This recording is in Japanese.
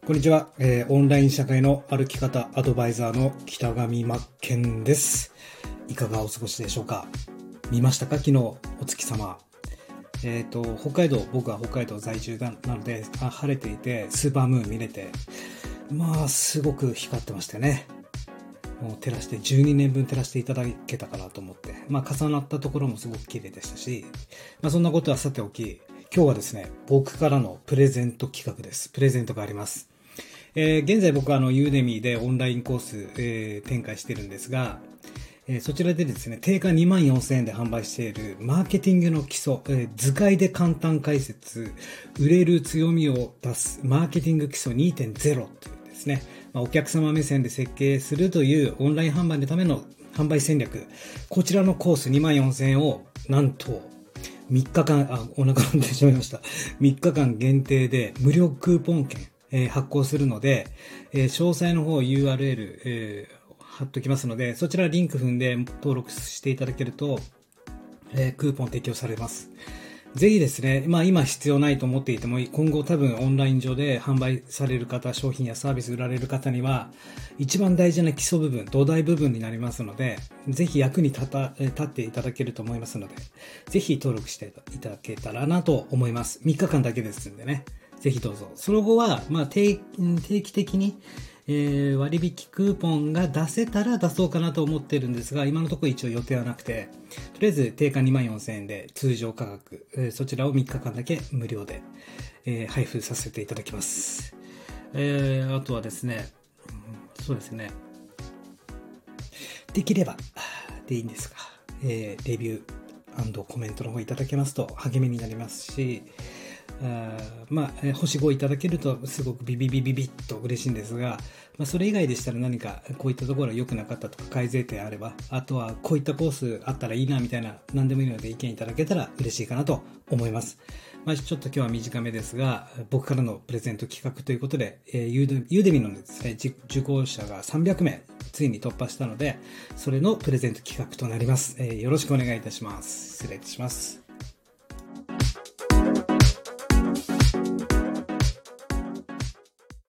こんにちは、オンライン社会の歩き方アドバイザーの北上真剣です。いかがお過ごしでしょうか。見ましたか、昨日お月様。北海道、僕は北海道在住なので晴れていてスーパームーン見れて、すごく光ってましたよね。もう照らして12年分照らしていただけたかなと思って、重なったところもすごく綺麗でしたし、そんなことはさておき、今日はですね、僕からのプレゼント企画です。プレゼントがあります。現在僕はユーデミーでオンラインコース、展開してるんですが、そちらでですね、定価24,000円で販売しているマーケティングの基礎、図解で簡単解説、売れる強みを出すマーケティング基礎 2.0 というですね、お客様目線で設計するというオンライン販売のための販売戦略、こちらのコース 24,000円をなんと3日間、お腹が出てしまいました。3日間限定で無料クーポン券、発行するので、詳細の方 URL、貼っときますので、そちらリンク踏んで登録していただけると、クーポン提供されます。ぜひですね、今必要ないと思っていても、今後多分オンライン上で販売される方、商品やサービス売られる方には、一番大事な基礎部分、土台部分になりますので、ぜひ役に立っていただけると思いますので、ぜひ登録していただけたらなと思います。3日間だけですんでね。ぜひどうぞ。その後は、定期的に、割引クーポンが出せたら出そうかなと思ってるんですが、今のところ一応予定はなくて、とりあえず定価24,000円で通常価格、そちらを3日間だけ無料で、配布させていただきます。あとはですね、そうですね、できればでいいんですが、レビュー&コメントの方いただけますと励みになりますし、星5いただけるとすごくビビッと嬉しいんですが、それ以外でしたら何かこういったところ良くなかったとか改善点あれば、あとはこういったコースあったらいいなみたいな、何でもいいので意見いただけたら嬉しいかなと思います。ちょっと今日は短めですが、僕からのプレゼント企画ということで、ユーデミのですね、受講者が300名ついに突破したので、それのプレゼント企画となります。よろしくお願いいたします。失礼します。